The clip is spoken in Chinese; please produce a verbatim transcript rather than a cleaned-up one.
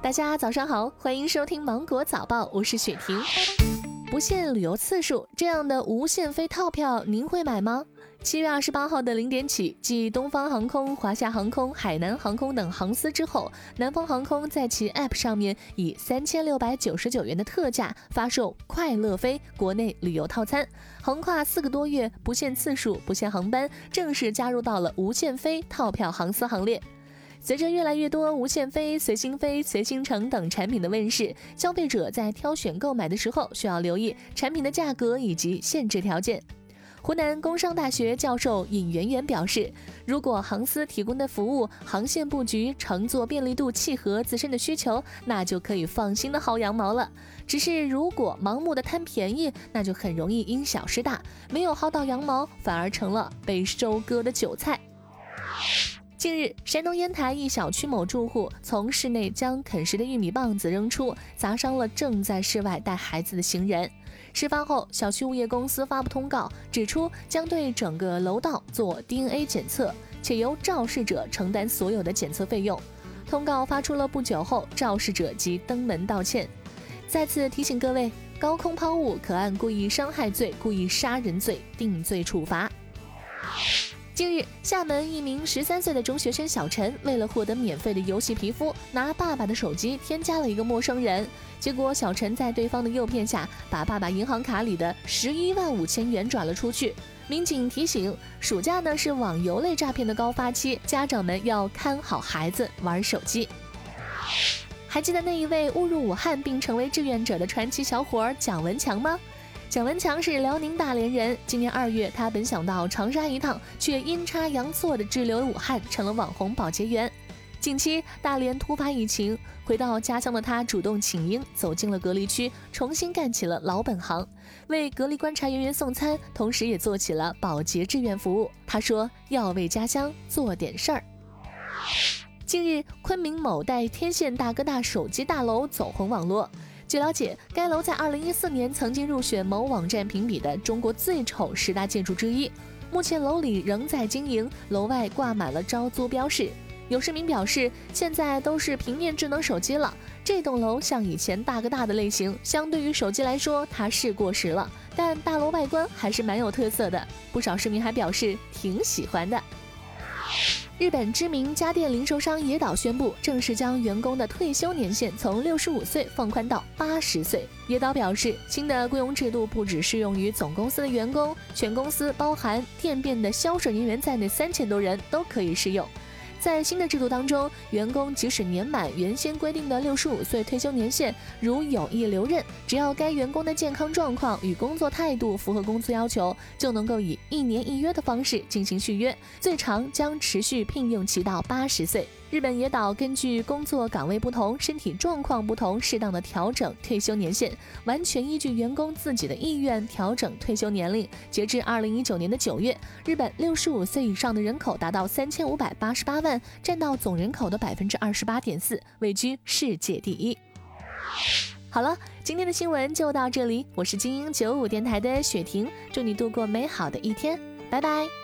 大家早上好，欢迎收听芒果早报，我是雪婷。不限旅游次数，这样的无限飞套票您会买吗？七月二十八号的零点起，继东方航空、华夏航空、海南航空等航司之后，南方航空在其 App 上面以三千六百九十九元的特价发售快乐飞国内旅游套餐，横跨四个多月，不限次数、不限航班，正式加入到了无限飞套票航司行列。随着越来越多无限飞、随心飞、随心乘等产品的问世，消费者在挑选购买的时候需要留意产品的价格以及限制条件。湖南工商大学教授尹媛媛表示，如果航司提供的服务、航线布局、乘坐便利度契合自身的需求，那就可以放心的薅羊毛了。只是如果盲目的贪便宜，那就很容易因小失大，没有薅到羊毛，反而成了被收割的韭菜。近日，山东烟台一小区某住户从室内将啃食的玉米棒子扔出，砸伤了正在室外带孩子的行人。事发后，小区物业公司发布通告，指出将对整个楼道做 D N A 检测，且由肇事者承担所有的检测费用。通告发出了不久后，肇事者即登门道歉。再次提醒各位，高空抛物可按故意伤害罪、故意杀人罪定罪处罚。近日，厦门一名十三岁的中学生小陈，为了获得免费的游戏皮肤，拿爸爸的手机添加了一个陌生人。结果，小陈在对方的诱骗下，把爸爸银行卡里的十一万五千元转了出去。民警提醒，暑假呢是网游类诈骗的高发期，家长们要看好孩子玩手机。还记得那一位误入武汉并成为志愿者的传奇小伙蒋文强吗？蒋文强是辽宁大连人，今年二月，他本想到长沙一趟，却阴差阳错的滞留武汉，成了网红保洁员。近期大连突发疫情，回到家乡的他主动请缨，走进了隔离区，重新干起了老本行，为隔离观察人员送餐，同时也做起了保洁志愿服务。他说要为家乡做点事儿。近日，昆明某代天线大哥大手机大楼走红网络。据了解，该楼在二零一四年曾经入选某网站评比的中国最丑十大建筑之一。目前楼里仍在经营，楼外挂满了招租标示。有市民表示，现在都是平面智能手机了，这栋楼像以前大哥大的类型，相对于手机来说，它是过时了，但大楼外观还是蛮有特色的。不少市民还表示挺喜欢的。日本知名家电零售商野岛宣布，正式将员工的退休年限从六十五岁放宽到八十岁。野岛表示，新的雇佣制度不只适用于总公司的员工，全公司包含店面的销售人员在内三千多人都可以适用。在新的制度当中，员工即使年满原先规定的六十五岁退休年限，如有意留任，只要该员工的健康状况与工作态度符合公司要求，就能够以一年一约的方式进行续约，最长将持续聘用其到八十岁。日本野岛根据工作岗位不同、身体状况不同，适当的调整退休年限，完全依据员工自己的意愿调整退休年龄。截至二零一九年的九月，日本六十五岁以上的人口达到三千五百八十八万，占到总人口的百分之二十八点四，位居世界第一。好了，今天的新闻就到这里，我是精英九五电台的雪婷，祝你度过美好的一天，拜拜。